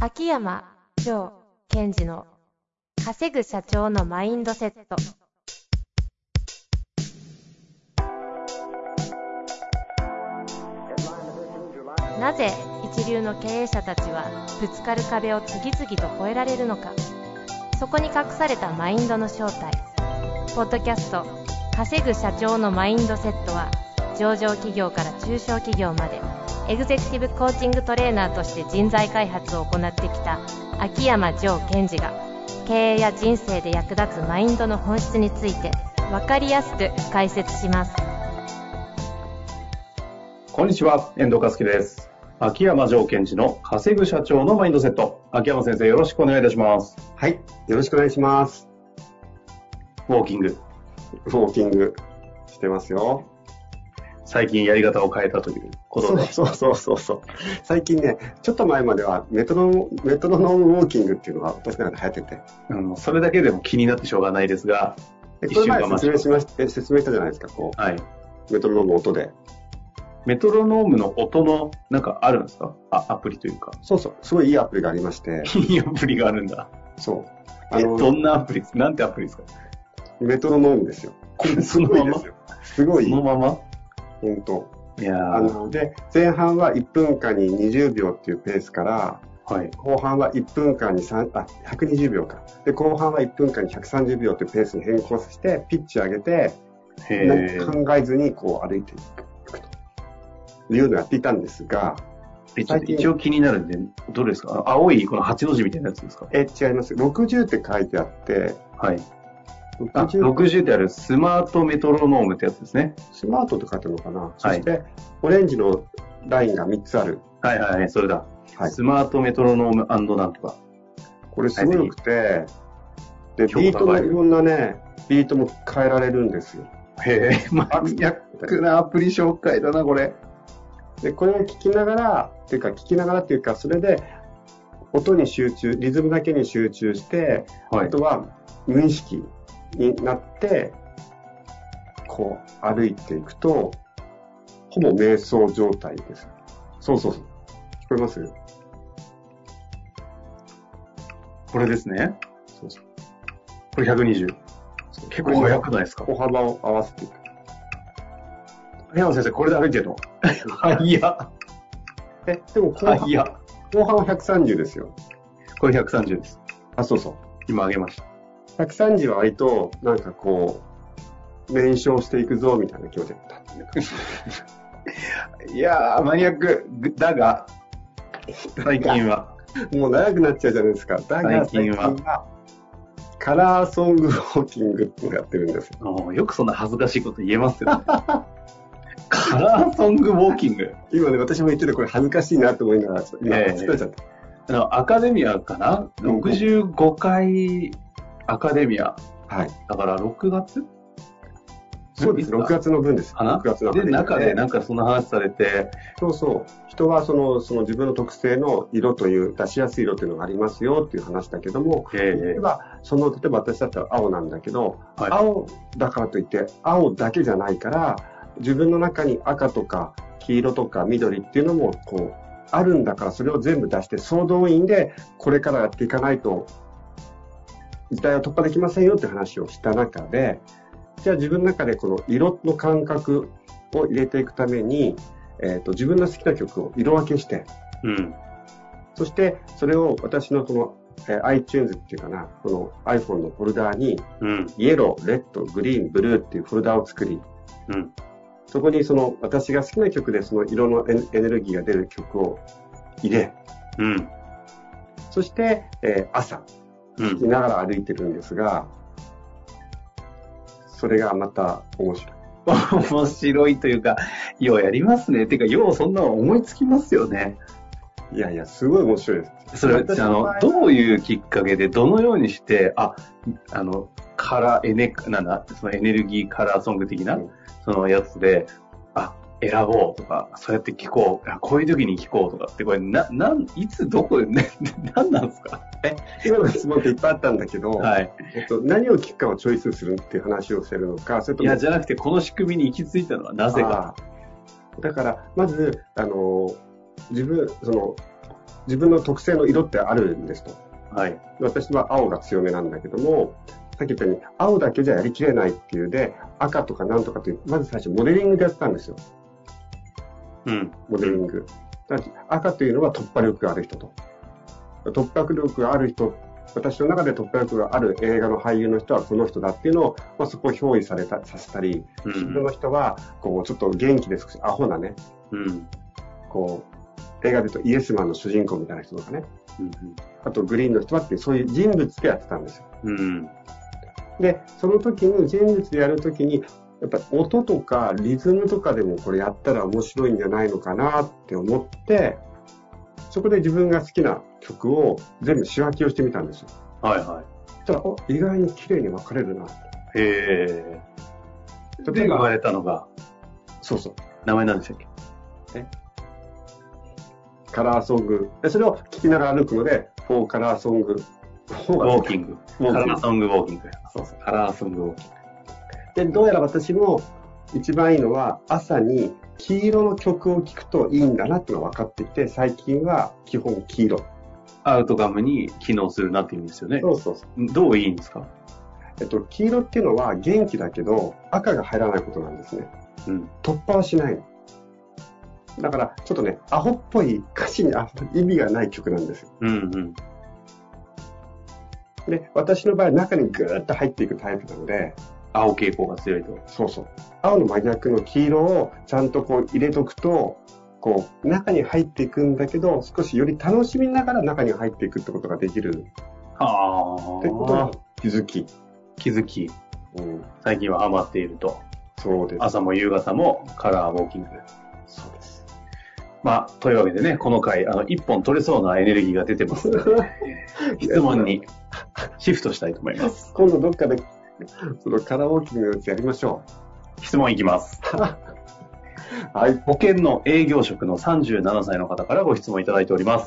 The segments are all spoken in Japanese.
秋山城賢治の稼ぐ社長のマインドセット。なぜ一流の経営者たちはぶつかる壁を次々と越えられるのか。そこに隠されたマインドの正体。ポッドキャスト稼ぐ社長のマインドセットは、上場企業から中小企業までエグゼクティブコーチングトレーナーとして人材開発を行ってきた秋山城賢治が、経営や人生で役立つマインドの本質について分かりやすく解説します。 こんにちは、遠藤和樹です。秋山城賢治の稼ぐ社長のマインドセット。秋山先生、よろしくお願いいたします。 はい、よろしくお願いします。 ウォーキングしてますよ。 最近やり方を変えたということで。 そう。最近ね、ちょっと前まではメトロノームウォーキングっていうのが私の中で流行ってて、 それだけでも気になってしょうがないですが、 これ前説明したじゃないですか。 はい。 メトロノームの音で。 メトロノームの音のなんかあるんですか？アプリというか。 そう、すごいいいアプリがありまして。 いいアプリがあるんだ。 そう。 どんなアプリですか？なんてアプリですか？ メトロノームですよ。 これそのまま？ すごい。 そのまま？ 本当。 いやで、前半は1分間に20秒っていうペースから、 はい、 後半は1分間に120秒か。で、後半は1分間に130秒というペースに変更して、ピッチ上げて、何考えずにこう歩いていくというのをやっていたんですが、 一応気になるんで、どれですか？青いこの8の字みたいなやつですか？ 違います。60って書いてあって、 はい。60ってあるスマートメトロノームってやつですね。 スマートって書いてあるのかな、 はい、 そして、オレンジのラインが3つある。 はい、それだ。 はい、 スマートメトロノーム&なんとか。 これすごくて、で、ビートもいろんなね、ビートも変えられるんですよ。 へぇ、マニアックなアプリ紹介だな、これ。 で、これを聞きながらっていうか、それで、音に集中、リズムだけに集中して、はい、あとは無意識になってこう歩いていくとほぼ瞑想状態です。そう聞こえます？ これですね。 そうこれ120。結構速くないですか？ 歩幅を合わせていく。 秋山先生、これで歩いてるの？はいや。 でも後半は130ですよ。 これ130です。 そう。 今上げました。130 は割となんかこう燃焼していくぞみたいな気持ちだった。 いやーマニアックだが最近はもう長くなっちゃうじゃないですか。だが最近はカラーソングウォーキングってやってるんですよ。 よくそんな恥ずかしいこと言えますよね。カラーソングウォーキング。 今ね、私も言っててこれ恥ずかしいなと思いながら今疲れちゃった。 アカデミアかな、65回アカデミア。 はい。 だから6月？ そうです。6月の分です。 6月の分で、中でなんかその話されて。 そう。人はその自分の特性の色という、出しやすい色というのがありますよっていう話だけども、例えば私だったら青なんだけど、はい、青だからといって、青だけじゃないから、自分の中に赤とか黄色とか緑っていうのもこう、あるんだから、それを全部出して総動員でこれからやっていかないと時代を突破できませんよって話をした中で、じゃあ自分の中でこの色の感覚を入れていくために、自分の好きな曲を色分けして、そしてそれを私のこの、iTunes っていうかな、この iPhone のフォルダーに、イエロー、レッド、グリーン、ブルーっていうフォルダーを作り、そこにその私が好きな曲でその色のエネルギーが出る曲を入れ、そして、朝聴きながら歩いてるんですが、それがまた面白い。 面白いというか、ようやりますね。てか、ようそんなの思いつきますよね。 いや、すごい面白いです。 それ、どういうきっかけで、どのようにして、カラーそのエネルギーカラーソング的な、そのやつで、選ぼうとか、そうやって聞こう、こういう時に聞こうとかって、これ、いつどこで、何なんですか？ 今の質問っていっぱいあったんだけど、 はい。 何を聞くかをチョイスするっていう話をしてるのか、それとも。 いや、じゃなくて、この仕組みに行き着いたのはなぜか。 だから、まず、自自分の特性の色ってあるんですと。 はい。 私は青が強めなんだけども、さっき言ったように青だけじゃやりきれないっていうで、赤とかなんとかって、まず最初モデリングでやってたんですよ。 うん。 モデリング。赤というのは突破力がある人と。突破力がある人、私の中で突破力がある映画の俳優の人はこの人だっていうのを、そこを憑依させたり、自分の人は、こう、ちょっと元気ですアホなね、こう、映画で言うとイエスマンの主人公みたいな人とかね、あとグリーンの人はっていう、そういう人物でやってたんですよ。で、その時に人物でやる時に、やっぱり音とかリズムとかでもこれやったら面白いんじゃないのかなって思って、そこで自分が好きな曲を全部仕分けをしてみたんですよ。 はいはい。 そしたら、意外に綺麗に分かれるな。 へー。で、生まれたのが、 そうそう。 名前なんでしたっけ？ カラーソング。それを聴きながら歩くので、フォーカラーソング。 ウォーキング。カラーソングウォーキング。 そうそう。 カラーソングウォーキング。 で、どうやら私も一番いいのは朝に黄色の曲を聴くといいんだなっていうのが分かってきて、最近は基本黄色。 アウトガムに機能するなっていうんですよね。 そうそうそう。 どういいんですか？ 黄色っていうのは元気だけど赤が入らないことなんですね。突破はしないの。だからちょっとね、アホっぽい歌詞に意味がない曲なんですよ。で、私の場合中にぐーっと入っていくタイプなので、 青傾向が強いと。 そうそう。青の真逆の黄色をちゃんとこう入れとくと、こう中に入っていくんだけど、少しより楽しみながら中に入っていくってことができる。ってことに気づき。 最近はハマっていると。 そうです。 朝も夕方もカラーウォーキング。 そうです。 というわけでね、この回、一本取れそうなエネルギーが出てますので、質問にシフトしたいと思います。 今度どっかで、そのカラーウォーキングのやつやりましょう。質問いきます。 はい。 保険の営業職の37歳の方からご質問いただいております。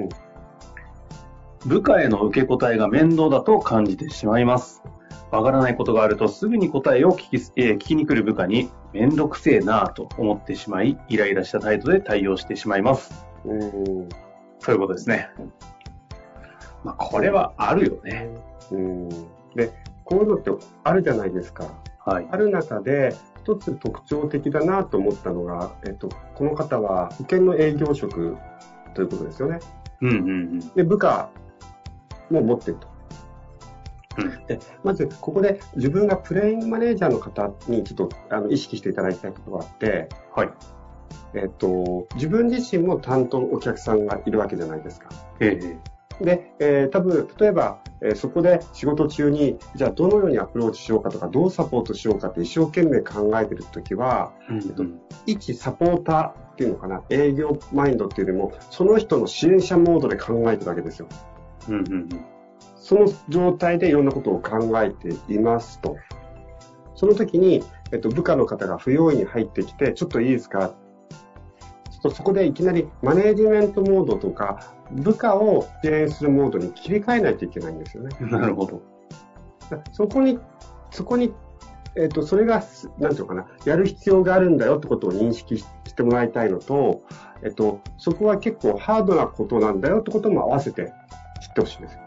部下への受け答えが面倒だと感じてしまいます。わからないことがあるとすぐに答えを聞きに来る部下にめんどくせえなぁと思ってしまい、イライラした態度で対応してしまいます。そういうことですね。これはあるよね。 で、こういうのってあるじゃないですか。 はい。 ある中で、一つ特徴的だなと思ったのが、この方は保険の営業職ということですよね。で、部下も持っていると。で、まず、ここで自分がプレイングマネージャーの方にちょっと意識していただきたいことがあって、 はい。 自分自身も担当のお客さんがいるわけじゃないですか。で、多分、例えば、そこで仕事中に、じゃあどのようにアプローチしようかとか、どうサポートしようかって一生懸命考えてるときは、一サポーターっていうのかな、営業マインドっていうよりも、その人の支援者モードで考えてるわけですよ。その状態でいろんなことを考えていますと。その時に、部下の方が不用意に入ってきて、ちょっといいですか？そこでいきなりマネージメントモードとか、部下を支援するモードに切り替えないといけないんですよね。 なるほど。 そこに、それが、なんていうのかな、やる必要があるんだよってことを認識してもらいたいのと、そこは結構ハードなことなんだよってことも合わせて知ってほしいんですよ。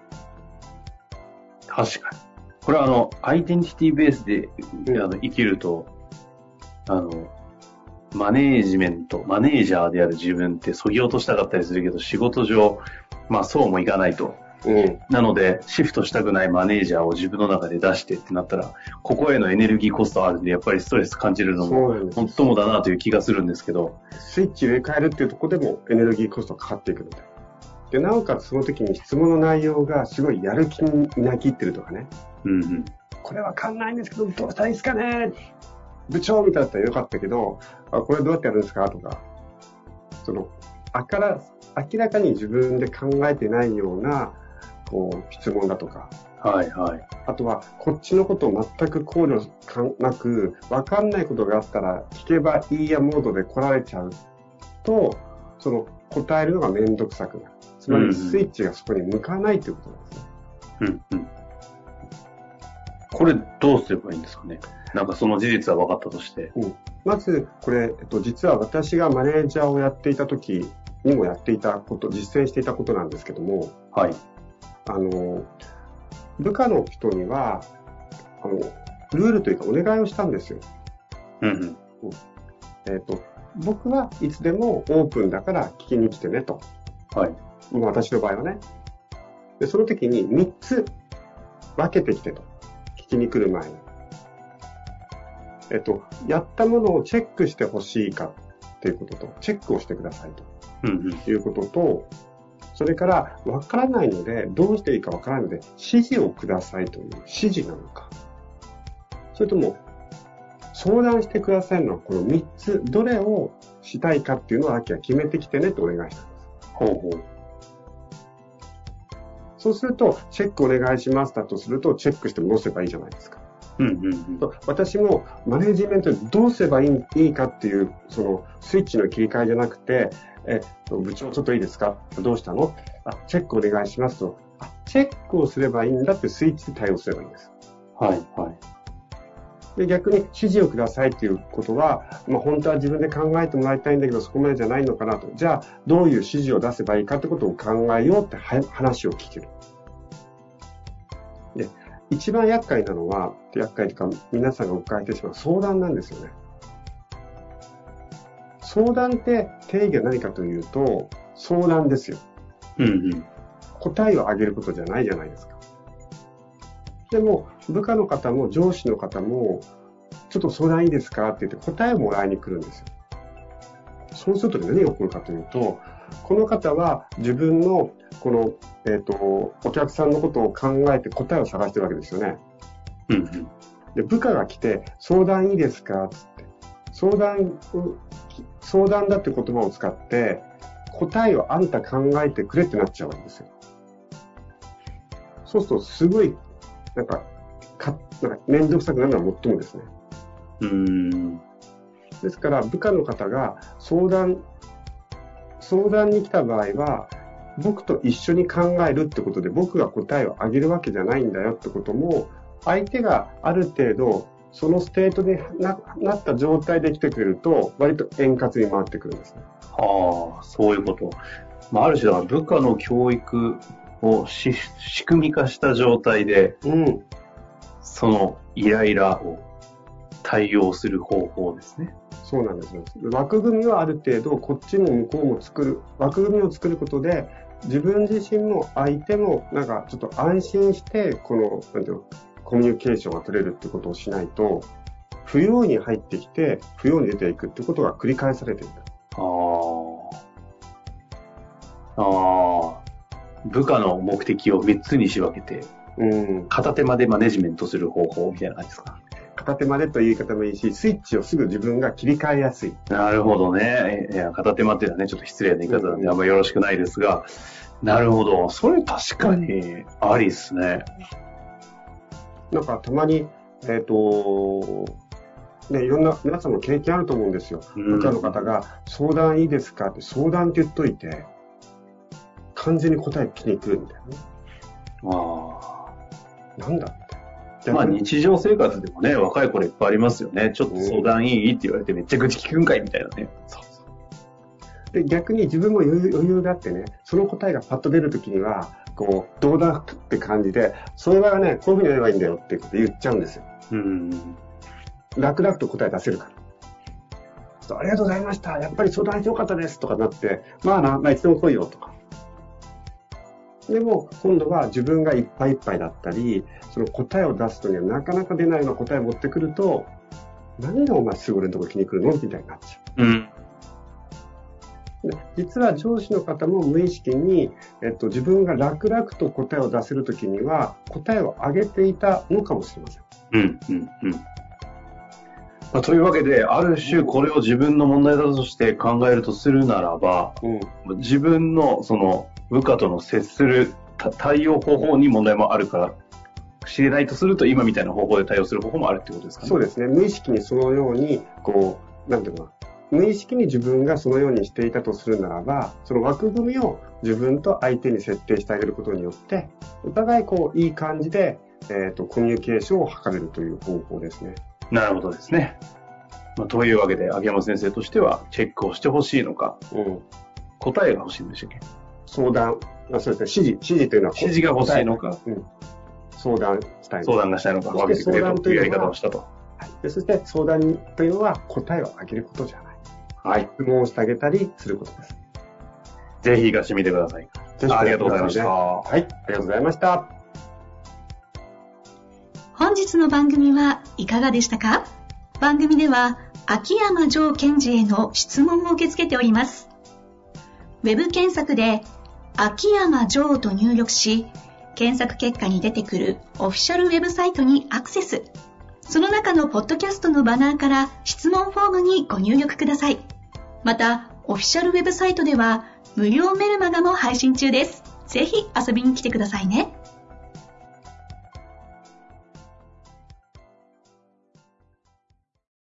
確かに。これはアイデンティティベースで、生きると、マネージャーである自分って削ぎ落としたかったりするけど、仕事上、そうもいかないと。なので、シフトしたくないマネージャーを自分の中で出してってなったら、ここへのエネルギーコストあるんで、やっぱりストレス感じるのも、本当もだなという気がするんですけど。 スイッチ入れ替えるっていうところでもエネルギーコストかかっていくので。で、なおかつその時に質問の内容がすごいやる気になきってるとかね。これわかんないんですけど、どうしたらいいですかね？部長みたいだったらよかったけど、これどうやってやるんですかとか、明らかに自分で考えてないような、質問だとか。あとは、こっちのことを全く考慮なく、わかんないことがあったら、聞けばいいやモードで来られちゃうと、答えるのがめんどくさくなる。つまり、スイッチがそこに向かないということなんですね。 これどうすればいいんですかね。なんかその事実は分かったとして。 まず、これ、実は私がマネージャーをやっていた時にもやっていたこと、実践していたことなんですけども、 はい。 部下の人には、ルールというかお願いをしたんですよ。僕はいつでもオープンだから聞きに来てねと。 はい。 私の場合はね。で、その時に3つ分けてきてと。聞きに来る前に。やったものをチェックしてほしいかっていうことと、チェックをしてくださいということと、それから分からないので、どうしていいか分からないので、指示をくださいという指示なのか。それとも、相談してくださいのこの3つ、どれをしたいかっていうのを、秋は決めてきてねとお願いしたんです。 ほうほう。 そうすると、チェックお願いしますだとすると、チェックして戻せばいいじゃないですか。私もマネジメントでどうすればいいかっていう、そのスイッチの切り替えじゃなくて、部長ちょっといいですか？どうしたの？チェックお願いしますと。チェックをすればいいんだってスイッチで対応すればいいんです。 はいはい。 で、逆に指示をくださいっていうことは、本当は自分で考えてもらいたいんだけど、そこまでじゃないのかなと。じゃあ、どういう指示を出せばいいかってことを考えようって話を聞ける。で、一番厄介なのは、厄介というか皆さんがお伺いしてしまう相談なんですよね。相談って定義は何かというと、相談ですよ。答えをあげることじゃないじゃないですか。でも、部下の方も上司の方も、ちょっと相談いいですかって言って答えをもらいに来るんですよ。そうすると何が起こるかというと、この方は自分のこの、お客さんのことを考えて答えを探してるわけですよね。で、部下が来て、相談いいですかつって。相談だって言葉を使って、答えをあんた考えてくれってなっちゃうんですよ。そうすると、すごい、なんか面倒くさくなるのは最もですね。ですから、部下の方が相談に来た場合は、僕と一緒に考えるってことで、僕が答えをあげるわけじゃないんだよってことも、相手がある程度、そのステートに なった状態で来てくれると、割と円滑に回ってくるんですね。 はあ、そういうこと。ある種は部下の教育を仕組み化した状態で、そのイライラを対応する方法ですね。 そうなんですよ。枠組みはある程度、こっちも向こうも枠組みを作ることで、自分自身も相手もなんかちょっと安心して、この、コミュニケーションが取れるってことをしないと、不要に入ってきて、不要に出ていくってことが繰り返されていく。 部下の目的を3つに仕分けて、片手間でマネジメントする方法みたいな感じですか？ 片手間でという言い方もいいし、スイッチをすぐ自分が切り替えやすい。 なるほどね。いや、片手間っていうのはね、ちょっと失礼な言い方なんで、あんまりよろしくないですが、なるほど。それ確かにありですね。 なんかたまに、いろんな皆さんも経験あると思うんですよ。部下の方が相談いいですかって相談って言っといて、完全に答え聞きに来るみたいなね。なんだって。 日常生活でもね、若い頃いっぱいありますよね。ちょっと相談いいって言われてめっちゃ愚痴聞くんかいみたいなね。 で、逆に自分も余裕があってね、その答えがパッと出るときには、こう、どうだって感じで、それはね、こういうふうにやればいいんだよってこと言っちゃうんですよ。楽々と答え出せるから。ありがとうございました。やっぱり相談してよかったですとかなって、いつでも来いよとか。でも、今度は自分がいっぱいいっぱいだったり、その答えを出すとにはなかなか出ないような答えを持ってくると、何がお前すぐ俺のところ気に来るのみたいになっちゃう。で実は上司の方も無意識に、自分が楽々と答えを出せるときには、答えを上げていたのかもしれません。 というわけで、ある種これを自分の問題だとして考えるとするならば、自分のその部下との接する対応方法に問題もあるから知れないとすると、今みたいな方法で対応する方法もあるってことですかね。 そうですね。無意識にそのように、無意識に自分がそのようにしていたとするならば、その枠組みを自分と相手に設定してあげることによって、お互いいい感じで、コミュニケーションを図れるという方法ですね。 なるほどですね。というわけで、秋山先生としては、チェックをしてほしいのか、 答えが欲しいんでしたっけ？ 相談、そうですね、指示というのは、 指示が欲しいのか、 相談したいのか。 相談がしたいのか、分けてくれというやり方をしたと。 でそして相談というのは答えをあげることじゃない。 はい。 質問をしてあげたりすることです。 ぜひ活かしてみてください。ありがとうございました。 はい、ありがとうございました。 本日の番組はいかがでしたか？番組では秋山城賢治への質問を受け付けております。ウェブ検索で秋山城と入力し、検索結果に出てくるオフィシャルウェブサイトにアクセス。その中のポッドキャストのバナーから質問フォームにご入力ください。また、オフィシャルウェブサイトでは無料メルマガも配信中です。ぜひ遊びに来てくださいね。